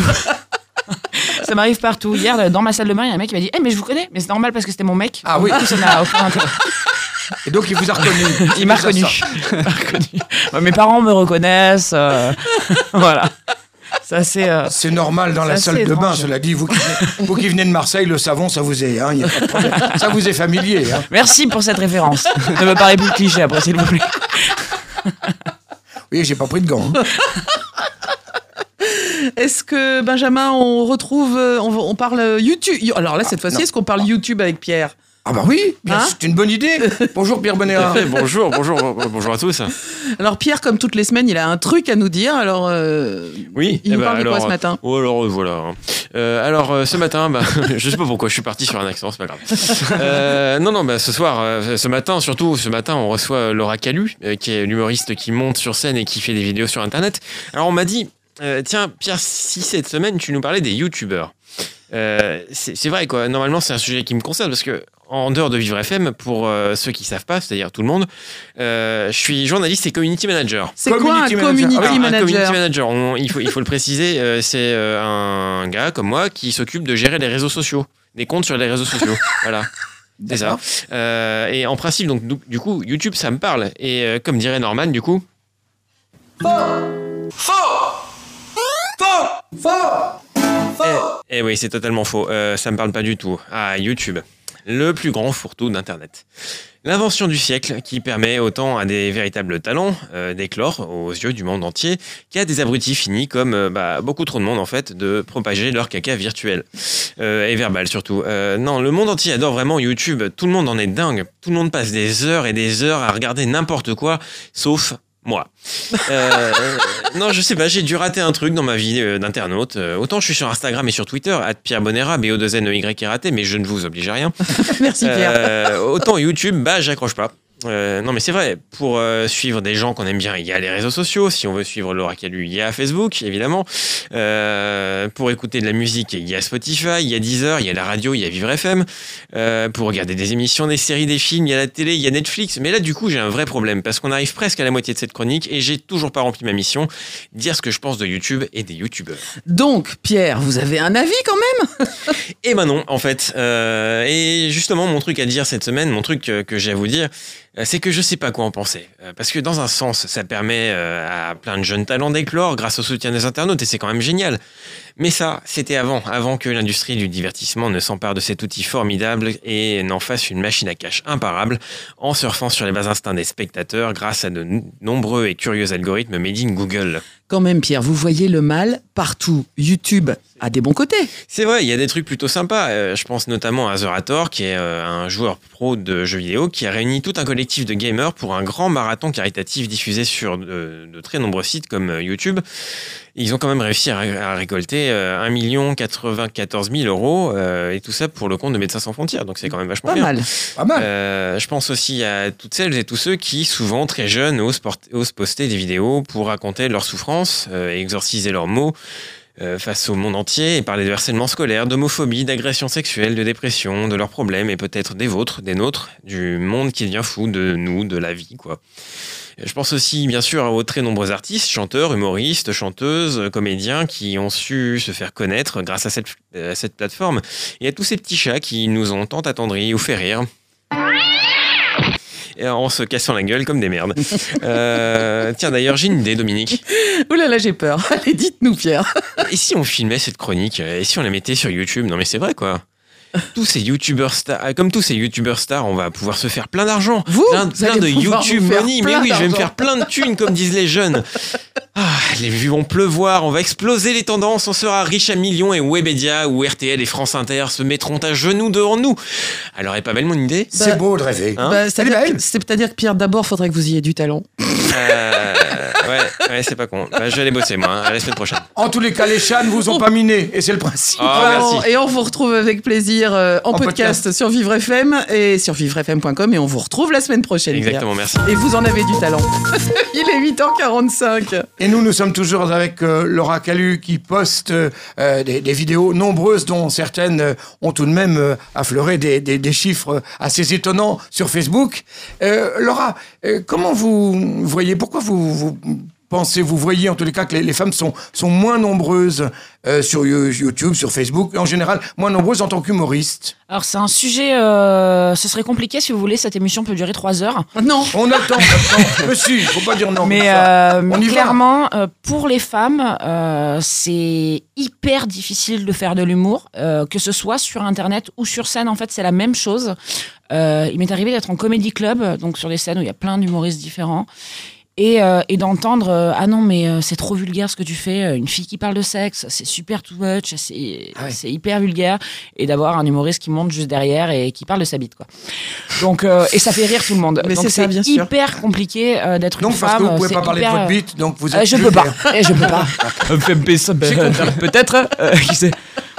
Ça m'arrive partout. Hier, dans ma salle de bain, il y a un mec qui m'a dit hey, mais je vous connais. Mais c'est normal parce que c'était mon mec. Ah oui. Du coup, ça n'a aucun intérêt. Et donc il vous a reconnu. Il m'a C'est reconnu. déjà ça. Il m'a reconnu. Ouais, mes parents me reconnaissent. euh, voilà. Ça, c'est. euh, C'est normal dans la C'est salle assez de bain, étrange. cela dit. Vous qui, venez, vous qui venez de Marseille, le savon, ça vous est, hein, y a pas de problème. Ça vous est familier. Hein. Merci pour cette référence. Ne me parlez plus de cliché après, s'il vous plaît. Oui, j'ai pas pris de gants. hein. est-ce que Benjamin, on retrouve, euh, on, on parle YouTube. Alors là, cette fois-ci, non. est-ce qu'on parle YouTube avec Pierre? Ah bah oui, bien, Hein c'est une bonne idée. Bonjour Pierre Bonnéa. Eh, bonjour, bonjour, bonjour à tous. Alors Pierre, comme toutes les semaines, il a un truc à nous dire. Alors, euh, Oui, il eh nous ben, parle de quoi alors, ce matin? Oh alors euh, voilà. hein. Euh, alors euh, ce matin, bah, je sais pas pourquoi je suis parti sur un accent, c'est pas grave. Euh, non non, bah ce soir, euh, ce matin surtout, ce matin, on reçoit Laura Calu, euh, qui est l'humoriste qui monte sur scène et qui fait des vidéos sur Internet. Alors on m'a dit, euh, tiens Pierre, si cette semaine tu nous parlais des youtubeurs. Euh, c'est, c'est vrai, quoi. Normalement, c'est un sujet qui me concerne parce que, en dehors de Vivre F M, pour euh, ceux qui ne savent pas, c'est-à-dire tout le monde, euh, je suis journaliste et community manager. C'est quoi un community Alors, manager? Un community manager, on- il, faut, il faut le préciser, euh, c'est euh, un gars comme moi qui s'occupe de gérer les réseaux sociaux, des comptes sur les réseaux sociaux. Voilà. C'est ça. Euh, et en principe, donc, du, du coup, YouTube, ça me parle. Et euh, comme dirait Norman, du coup. Faux Faux Faux Faux Eh, eh oui, c'est totalement faux. Euh, ça me parle pas du tout. Ah, YouTube, le plus grand fourre-tout d'Internet. L'invention du siècle qui permet autant à des véritables talents euh, d'éclore aux yeux du monde entier qu'à des abrutis finis comme euh, bah, beaucoup trop de monde en fait de propager leur caca virtuel euh, et verbal surtout. Euh, non, le monde entier adore vraiment YouTube. Tout le monde en est dingue. Tout le monde passe des heures et des heures à regarder n'importe quoi, sauf moi. Euh, non, je sais pas, j'ai dû rater un truc dans ma vie euh, d'internaute. Euh, autant je suis sur Instagram et sur Twitter, arobase Pierre Bonera, B O deux N E Y R A T, mais je ne vous oblige à rien. Merci Pierre. Euh, autant YouTube, bah j'accroche pas. Euh, non mais c'est vrai, pour euh, suivre des gens qu'on aime bien, il y a les réseaux sociaux. Si on veut suivre Laura Calu, il y a Facebook, évidemment. Euh, pour écouter de la musique, il y a Spotify, il y a Deezer, il y a la radio, il y a Vivre F M. Euh, pour regarder des émissions, des séries, des films, il y a la télé, il y a Netflix. Mais là, du coup, j'ai un vrai problème parce qu'on arrive presque à la moitié de cette chronique et j'ai toujours pas rempli ma mission, dire ce que je pense de YouTube et des YouTubeurs. Donc, Pierre, vous avez un avis quand même? Eh ben non, en fait. Euh, et justement, mon truc à dire cette semaine, mon truc que, que j'ai à vous dire, euh, c'est que je sais pas quoi en penser. Euh, parce que dans un sens, ça permet euh, à plein de jeunes talents d'éclore grâce au soutien des internautes et c'est quand même génial. Mais ça, c'était avant, avant que l'industrie du divertissement ne s'empare de cet outil formidable et n'en fasse une machine à cash imparable en surfant sur les bas instincts des spectateurs grâce à de n- nombreux et curieux algorithmes made in Google. Quand même, Pierre, vous voyez le mal partout. YouTube a des bons côtés. C'est vrai, il y a des trucs plutôt sympas. Euh, je pense notamment à Zerator, qui est euh, un joueur pro de jeux vidéo, qui a réuni tout un collectif de gamers pour un grand marathon caritatif diffusé sur de, de très nombreux sites comme euh, YouTube. Ils ont quand même réussi à, ré- à récolter euh, un million quatre-vingt-quatorze mille euros, euh, et tout ça pour le compte de Médecins Sans Frontières. Donc c'est quand même vachement Pas bien. mal. Pas mal. Euh, je pense aussi à toutes celles et tous ceux qui, souvent très jeunes, osent, porter- osent poster des vidéos pour raconter leurs souffrances euh, et exorciser leurs maux euh, face au monde entier et parler de harcèlement scolaire, d'homophobie, d'agression sexuelle, de dépression, de leurs problèmes et peut-être des vôtres, des nôtres, du monde qui devient fou, de nous, de la vie, quoi. Je pense aussi, bien sûr, aux très nombreux artistes, chanteurs, humoristes, chanteuses, comédiens qui ont su se faire connaître grâce à cette, à cette plateforme et à tous ces petits chats qui nous ont tant attendris ou fait rire. Et en se cassant la gueule comme des merdes. Euh, tiens, d'ailleurs, j'ai une idée, Dominique. Ouh là là, j'ai peur. Allez, dites-nous, Pierre. Et si on filmait cette chronique? Et si on la mettait sur YouTube? Non mais c'est vrai, quoi. Tous ces youtubeurs stars, comme tous ces youtubeurs stars, on va pouvoir se faire plein d'argent. Vous, plein, vous plein allez de pouvoir YouTube vous faire money. Mais plein oui, je vais me d'argent. faire plein de thunes, comme disent les jeunes. Ah, les vues vont pleuvoir, on va exploser les tendances, on sera riche à millions et Webedia ou R T L et France Inter se mettront à genoux devant nous. Alors, est pas belle mon idée? C'est Bah, beau de rêver. Hein Bah, c'est-à-dire, Elle est belle. que- c'est-à-dire que Pierre, d'abord, faudrait que vous ayez du talent. Euh, ouais, ouais, c'est pas con. Bah, je vais aller bosser, moi. hein. À la semaine prochaine. En tous les cas, les chats ne vous ont pas miné, et c'est le principe. Ah, Vraiment. merci. Et on vous retrouve avec plaisir euh, en, En podcast, podcast. sur Vivre F M et sur vivre f m point com et on vous retrouve la semaine prochaine. Pierre. Exactement, merci. Et vous en avez du talent. Il est huit heures quarante-cinq. Et nous, nous sommes toujours avec euh, Laura Calu qui poste euh, des, des vidéos nombreuses dont certaines euh, ont tout de même euh, affleuré des, des, des chiffres assez étonnants sur Facebook. Euh, Laura, euh, comment vous voyez, pourquoi vous, vous pensez, vous voyez en tous les cas que les, les femmes sont, sont moins nombreuses euh, sur YouTube, sur Facebook, et en général moins nombreuses en tant qu'humoristes? Alors c'est un sujet, euh, ce serait compliqué si vous voulez, cette émission peut durer trois heures. Non. On a le temps, on a le temps. Monsieur, il faut pas dire non. Mais, comme ça. euh, mais On y va. clairement, euh, pour les femmes, euh, c'est hyper difficile de faire de l'humour, euh, que ce soit sur Internet ou sur scène. En fait, c'est la même chose. Euh, il m'est arrivé d'être en comédie club, donc sur des scènes où il y a plein d'humoristes différents. Et, euh, et d'entendre euh, ah non mais euh, c'est trop vulgaire ce que tu fais, euh, une fille qui parle de sexe, c'est super too much, c'est Ah ouais. c'est hyper vulgaire, et d'avoir un humoriste qui monte juste derrière et qui parle de sa bite quoi. Donc euh, et ça fait rire tout le monde. Mais donc c'est ça, bien sûr. hyper compliqué euh, d'être une Donc parce femme. que vous pouvez c'est pas parler hyper, de votre euh, bite, donc vous euh, êtes je peux pas, vulgaire. et je peux pas. Peut-être, euh, qui sait.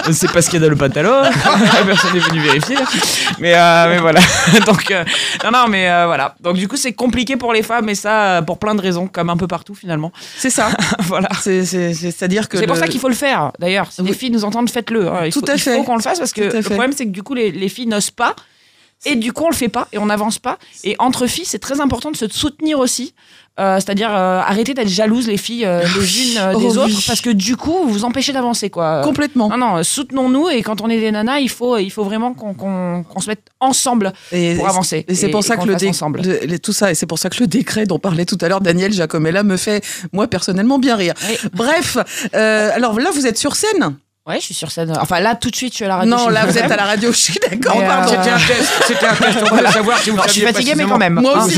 On ne sait pas ce qu'il y a dans le pantalon. Personne n'est venu vérifier. Mais, euh, mais voilà. Donc, euh, non, non, mais euh, voilà. Donc, du coup, c'est compliqué pour les femmes, et ça, pour plein de raisons, comme un peu partout, finalement. C'est ça. Voilà. C'est, c'est, c'est, c'est-à-dire que. C'est pour le... ça qu'il faut le faire, d'ailleurs. Si oui. les filles nous entendent, faites-le. Hein. Il Tout faut, à il fait. faut qu'on le fasse, parce que le fait. problème, c'est que du coup, les, les filles n'osent pas. Et du coup, on le fait pas et on n'avance pas. Et entre filles, c'est très important de se soutenir aussi. Euh, c'est-à-dire euh, arrêter d'être jalouses, les filles, euh, les unes euh, des Oh, autres, oui. parce que du coup, vous vous empêchez d'avancer, quoi. Complètement. Non, non, soutenons-nous, et quand on est des nanas, il faut, il faut vraiment qu'on, qu'on, qu'on se mette ensemble et, pour avancer. Et c'est pour et, ça et que le, dé- ensemble. de, tout ça, et c'est pour ça que le décret dont parlait tout à l'heure Daniel Giacomella me fait, moi, personnellement, bien rire. Oui. Bref, euh, alors là, vous êtes sur scène. Ouais, je suis sur scène. Enfin, là, tout de suite, je suis à la radio. Non, là, vous êtes à la radio, je suis d'accord, Mais, pardon. euh, C'était un test, c'était un test, on voulait savoir si vous Non, je suis saviez fatiguée, mais précisément. quand même. Moi Hein. aussi.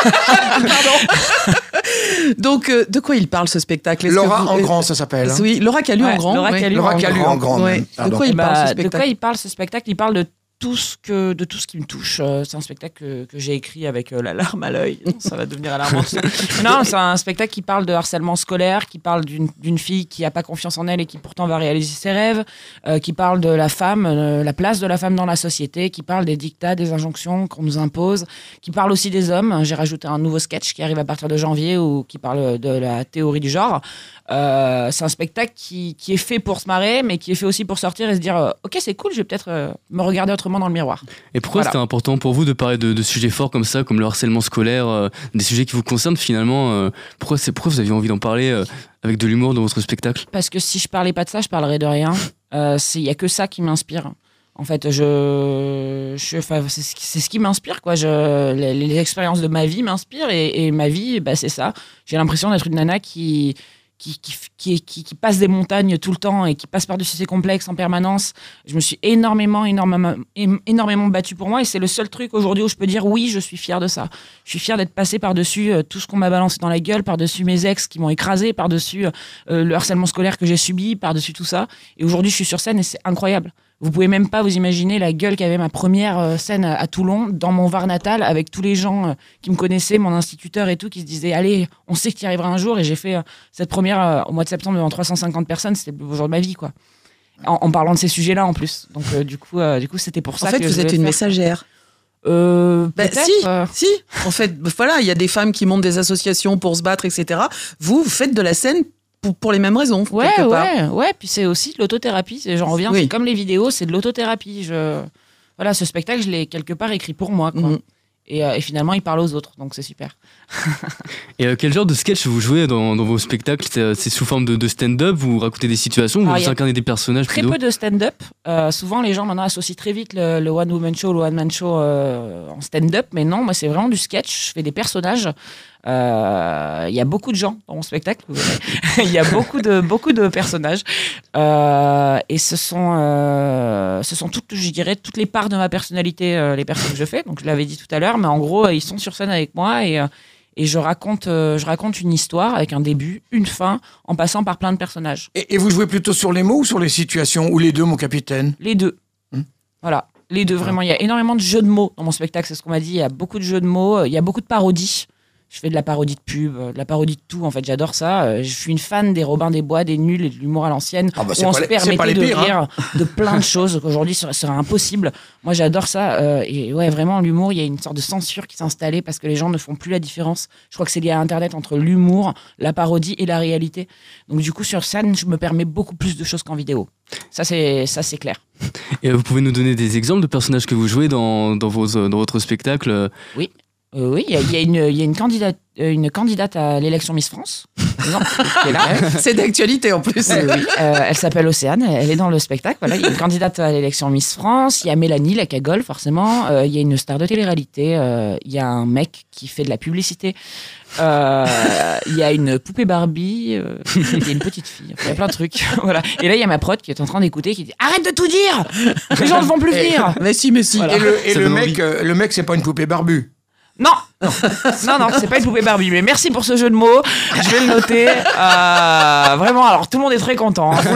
Pardon. Donc, euh, de quoi il parle, ce spectacle? Est-ce Laura que vous- en grand, ça s'appelle. hein. Oui, Laura Calu Ouais, en grand. Laura oui. Calu Laura en Calu grand. en grand. Ouais. même. De Pardon. quoi il Bah, parle, ce de spectacle? quoi il parle, ce spectacle? Il parle de tout ce que de tout ce qui me touche. Euh, c'est un spectacle que, que j'ai écrit avec euh, la larme à l'œil. Ça va devenir alarmant. Non, c'est un spectacle qui parle de harcèlement scolaire, qui parle d'une, d'une fille qui n'a pas confiance en elle et qui pourtant va réaliser ses rêves, euh, qui parle de la femme, euh, la place de la femme dans la société, qui parle des dictats, des injonctions qu'on nous impose, qui parle aussi des hommes. J'ai rajouté un nouveau sketch qui arrive à partir de janvier, ou qui parle de la théorie du genre. Euh, c'est un spectacle qui, qui est fait pour se marrer, mais qui est fait aussi pour sortir et se dire euh, ok, c'est cool, je vais peut-être euh, me regarder autrement dans le miroir. Et pourquoi Voilà. c'était important pour vous de parler de, de sujets forts comme ça, comme le harcèlement scolaire, euh, des sujets qui vous concernent finalement euh, pourquoi, c'est, pourquoi vous aviez envie d'en parler euh, avec de l'humour dans votre spectacle? Parce que si je parlais pas de ça, je parlerais de rien. Euh, il y a que ça qui m'inspire. En fait, je, je enfin, c'est, ce qui- c'est ce qui m'inspire, quoi. Je, les, les expériences de ma vie m'inspirent, et, et ma vie, bah, c'est ça. J'ai l'impression d'être une nana qui Qui, qui, qui, qui, qui passe des montagnes tout le temps et qui passe par-dessus ses complexes en permanence. Je me suis énormément, énormément, é- énormément battue pour moi, et c'est le seul truc aujourd'hui où je peux dire oui, je suis fière de ça. Je suis fière d'être passée par-dessus euh, tout ce qu'on m'a balancé dans la gueule, par-dessus mes ex qui m'ont écrasé, par-dessus euh, le harcèlement scolaire que j'ai subi, par-dessus tout ça. Et aujourd'hui, je suis sur scène et c'est incroyable. Vous pouvez même pas vous imaginer la gueule qu'avait ma première euh, scène à, à Toulon, dans mon Var natal, avec tous les gens euh, qui me connaissaient, mon instituteur et tout, qui se disaient allez, on sait que tu y arriveras un jour. Et j'ai fait euh, cette première euh, au mois de septembre devant trois cent cinquante personnes. C'était le plus beau jour de ma vie, quoi. En, en parlant de ces sujets-là en plus. Donc euh, du coup, euh, du coup, c'était pour ça. En fait, que vous je êtes voulais une faire. messagère. Euh, Bah, peut-être, si, euh, si. En fait, voilà, il y a des femmes qui montent des associations pour se battre, et cetera. Vous, vous faites de la scène pour, pour les mêmes raisons, Ouais, quelque part. ouais, ouais. Puis c'est aussi de l'autothérapie. C'est- J'en reviens. Oui. C'est comme les vidéos, c'est de l'autothérapie. Je... Voilà, ce spectacle, je l'ai quelque part écrit pour moi, quoi. Mhm. Et, euh, et finalement, il parle aux autres, donc c'est super. Et euh, quel genre de sketch vous jouez dans, dans vos spectacles? C'est, c'est sous forme de, de stand-up? Vous racontez des situations? Alors, Vous il y a incarnez des personnages Très plutôt? peu de stand-up. Euh, souvent, les gens maintenant associent très vite le, le one-woman show, le one-man show euh, en stand-up. Mais non, moi, c'est vraiment du sketch. Je fais des personnages. Euh, Il y a beaucoup de gens dans mon spectacle. vous verrez. Il y a beaucoup de, beaucoup de personnages. Euh, et ce sont, euh, ce sont toutes, je dirais, toutes les parts de ma personnalité, euh, les personnes que je fais. Donc, je l'avais dit tout à l'heure. Mais en gros, euh, ils sont sur scène avec moi, et... Euh, Et je raconte, euh, je raconte une histoire avec un début, une fin, en passant par plein de personnages. Et, et vous jouez plutôt sur les mots ou sur les situations? Ou les deux, mon capitaine? Les deux. Hmm. Voilà. Les deux, vraiment. Il y a énormément de jeux de mots dans mon spectacle, c'est ce qu'on m'a dit. Il y a beaucoup de jeux de mots, il y a beaucoup de parodies. Je fais de la parodie de pub, de la parodie de tout, en fait, j'adore ça. Euh, Je suis une fan des Robin des Bois, des Nuls et de l'humour à l'ancienne, Ah bah, où c'est on pas se les- c'est pas permettait les de pires, hein. rire de plein de choses qu'aujourd'hui serait, serait impossible. Moi, j'adore ça. euh, et ouais, vraiment, l'humour, il y a une sorte de censure qui s'est installée parce que les gens ne font plus la différence. Je crois que c'est lié à Internet entre l'humour, la parodie et la réalité. Donc, du coup, sur scène, je me permets beaucoup plus de choses qu'en vidéo. Ça, c'est, ça, c'est clair. Et euh, vous pouvez nous donner des exemples de personnages que vous jouez dans, dans, vos, euh, dans votre spectacle? euh, Oui. Euh, oui, il y a, il y a une, il y a une candidate, euh, une candidate à l'élection Miss France. Non, qui est là. C'est d'actualité en plus. Euh, oui, euh, elle s'appelle Océane, elle est dans le spectacle. Voilà, il y a une candidate à l'élection Miss France, il y a Mélanie, la cagole, forcément. Euh, il y a une star de télé-réalité, euh, il y a un mec qui fait de la publicité. Euh, Il y a une poupée Barbie, euh, il y a une petite fille. Il y a plein de trucs. Voilà. Et là, il y a ma prod qui est en train d'écouter, qui dit arrête de tout dire, les gens ne vont plus venir. Mais si, mais si. Voilà. Et le, et Ça le donne mec, envie. euh, le mec, c'est pas une poupée barbue. Non, non, non, c'est pas une poupée Barbie. Mais merci pour ce jeu de mots. Je vais le noter. Euh, vraiment, alors tout le monde est très content. Hein.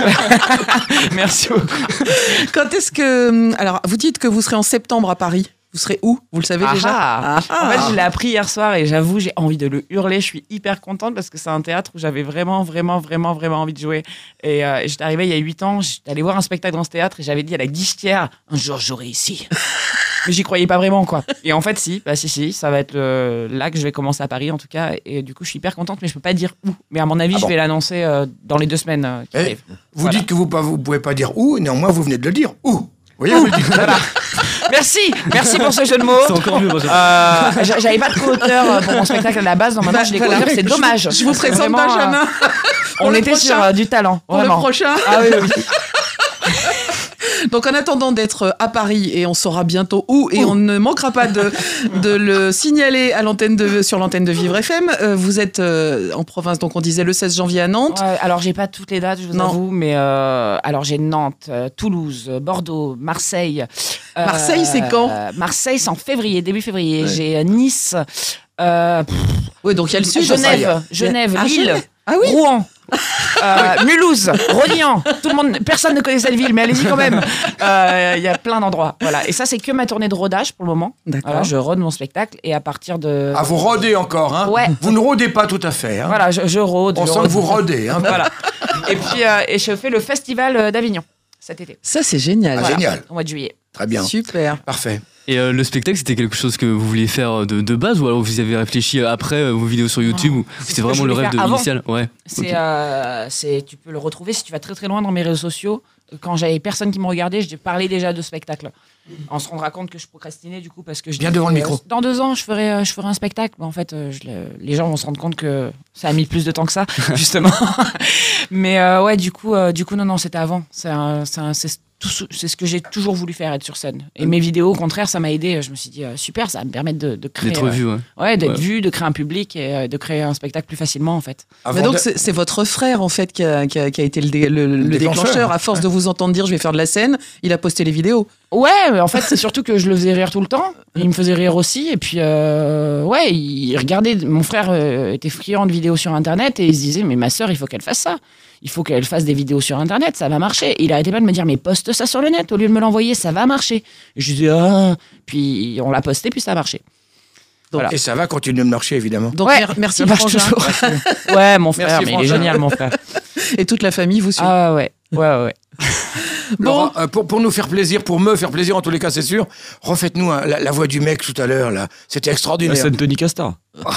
Merci beaucoup. Quand est-ce que. Alors, vous dites que vous serez en septembre à Paris. Vous serez où? Vous le savez Ah déjà? ah. Ah En fait, ah. je l'ai appris hier soir et j'avoue, j'ai envie de le hurler. Je suis hyper contente parce que c'est un théâtre où j'avais vraiment, vraiment, vraiment, vraiment envie de jouer. Et, euh, et j'étais arrivée il y a huit ans, j'étais allée voir un spectacle dans ce théâtre et j'avais dit à la guichetière, un jour j'aurai ici. Mais j'y croyais pas vraiment, quoi. Et en fait, si, bah si, si, ça va être euh, là que je vais commencer à Paris, en tout cas. Et du coup, je suis hyper contente, mais je peux pas dire où. Mais à mon avis, Ah je bon. vais l'annoncer euh, dans les deux semaines euh, qui Eh, arrivent. Vous Voilà. dites que vous ne pouvez pas dire où, néanmoins vous venez de le dire. Où? Vous voyez, vous le dites très bien. Merci, merci pour ce jeu de mots. C'est encore mieux, Benjamin. Euh, j'a- J'avais pas de co-auteur euh, pour mon spectacle à la base, donc maintenant j'ai des Voilà. co-auteurs, c'est dommage. Je vous Parce que présente vraiment, euh, Benjamin. On le était prochain. sur euh, du talent, Pour le vraiment. prochain. Ah oui, oui, oui. Donc en attendant d'être à Paris, et on saura bientôt où, et on ne manquera pas de, de le signaler à l'antenne de, sur l'antenne de Vivre F M, euh, vous êtes euh, en province, donc on disait le seize janvier à Nantes. Ouais, alors j'ai pas toutes les dates, je vous Non. avoue, mais euh, alors j'ai Nantes, euh, Toulouse, euh, Bordeaux, Marseille. euh, Marseille, c'est quand euh, Marseille, c'est en février, début février. J'ai euh, Nice, euh, pff, Oui, donc il y a le sud. Genève, Genève, Ah, Lille, Genève. Ah oui. Rouen. Euh, Mulhouse, Rodillan, tout le monde, personne ne connaît cette ville, mais allez-y quand même. Euh, Il y a plein d'endroits, voilà. Et ça, c'est que ma tournée de rodage pour le moment. D'accord. Voilà, je rôde mon spectacle et à partir de, Ah, vous rôdez encore, hein? Ouais. Vous ne rôdez pas tout à fait, hein? voilà, je, je rôde. On je sent rôde. que vous rôdez, hein? Voilà. Et puis, euh, et je fais le festival euh, d'Avignon cet été. Ça, c'est génial. Ah, Voilà, génial. Au mois de juillet. Très bien. Super. Parfait. Et euh, le spectacle, c'était quelque chose que vous vouliez faire de, de base ou alors vous avez réfléchi après euh, vos vidéos sur YouTube ou c'était ce que vraiment je le voulais rêve de faire avant. initial? Ouais. C'est, Ok. euh, c'est, tu peux le retrouver si tu vas très très loin dans mes réseaux sociaux. Quand j'avais personne qui me regardait, je parlais déjà de spectacle. On se rendra compte que je procrastinais du coup parce que je Bien disais, devant le euh, micro. Dans deux ans, je ferai, euh, je ferai un spectacle. Mais en fait, euh, je le- les gens vont se rendre compte que ça a mis plus de temps que ça, justement. Mais euh, ouais, du coup, euh, du coup, non, non, c'était avant. C'est, un- c'est, un- c'est tout ce- c'est ce que j'ai toujours voulu faire, être sur scène. Et mes vidéos, au contraire, ça m'a aidé. Je me suis dit, euh, super, ça va me permettre de, de créer. D'être euh, vu, ouais. Ouais, d'être Ouais. vu, de créer un public et euh, de créer un spectacle plus facilement, en fait. Avant Mais donc de- c'est c'est votre frère en fait qui a, qui a- qui a été le, dé- le- le déclencheur. déclencheur. À force de vous entendre dire je vais faire de la scène, il a posté les vidéos. Ouais, mais en fait, c'est surtout que je le faisais rire tout le temps. Il me faisait rire aussi. Et puis, euh, ouais, il regardait. Mon frère euh, était friand de vidéos sur Internet et il se disait, mais ma sœur, il faut qu'elle fasse ça. Il faut qu'elle fasse des vidéos sur Internet, ça va marcher. Et il arrêtait pas de me dire, mais poste ça sur le net au lieu de me l'envoyer, ça va marcher. Et je disais, ah. Puis on l'a posté, puis ça a marché. Voilà. Et ça va continuer de marcher, évidemment. Donc Ouais, mer- merci ça marche Frangin. toujours. Ouais, mon frère, Merci, mais il est Frangin. génial, mon frère. Et toute la famille vous suit. Ah ouais, ouais, ouais. Bon. Laura, euh, pour, pour nous faire plaisir, pour me faire plaisir, en tous les cas, c'est sûr, refaites-nous hein, la, la voix du mec tout à l'heure, là. C'était extraordinaire. C'est Anthony Castor.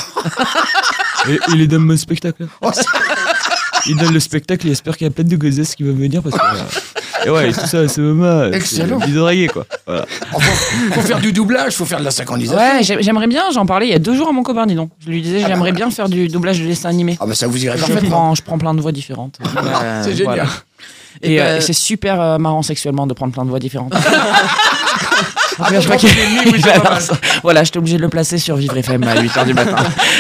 Et il est dans mon spectacle. Oh, c'est- Il donne le spectacle, il espère qu'il y a plein de gonzesses qui vont venir parce que. euh, et ouais, et tout ça, c'est moment. Excellent. C'est d'oreiller, quoi. Voilà. faut, faut faire du doublage, faut faire de la synchronisation. Ouais, j'ai- j'aimerais bien, j'en parlais il y a deux jours à mon copain, dis donc. Je lui disais, Ah bah j'aimerais voilà. bien faire du doublage de dessin animé. Ah bah ça vous irait Je parfaitement. prends, je prends plein de voix différentes. Euh, C'est génial. voilà. Et Et, bah- euh, et c'est super euh, marrant sexuellement de prendre plein de voix différentes. Ah, je crois pour qu'il- prendre des nuits, oui, il c'est pas adore mal. ça. Voilà, j'étais obligé de le placer sur Vivre F M à huit heures du matin.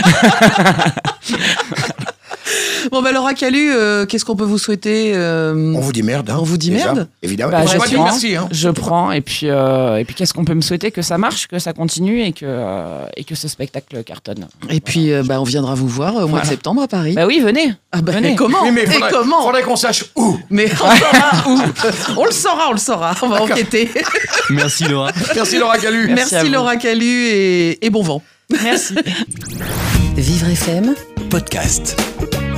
Bon bah Laura Calu, euh, qu'est-ce qu'on peut vous souhaiter euh, On vous dit merde. Hein, On vous dit déjà, merde Évidemment. Bah, on je va dire prends, merci. Hein. je prends et puis euh, et puis qu'est-ce qu'on peut me souhaiter, que ça marche, que ça continue et que euh, et que ce spectacle cartonne. Et puis euh, bah, on viendra vous voir au mois Voilà. de septembre à Paris. Bah oui, venez. ah bah, venez. mais comment Oui, mais Et faudrait, comment faudrait qu'on sache où. Mais on saura où On le saura, on le saura. On va D'accord. enquêter. Merci Laura. Merci Laura Calu. Merci à Merci vous. Laura Calu et, et bon vent. Merci. Vivre F M, Podcast.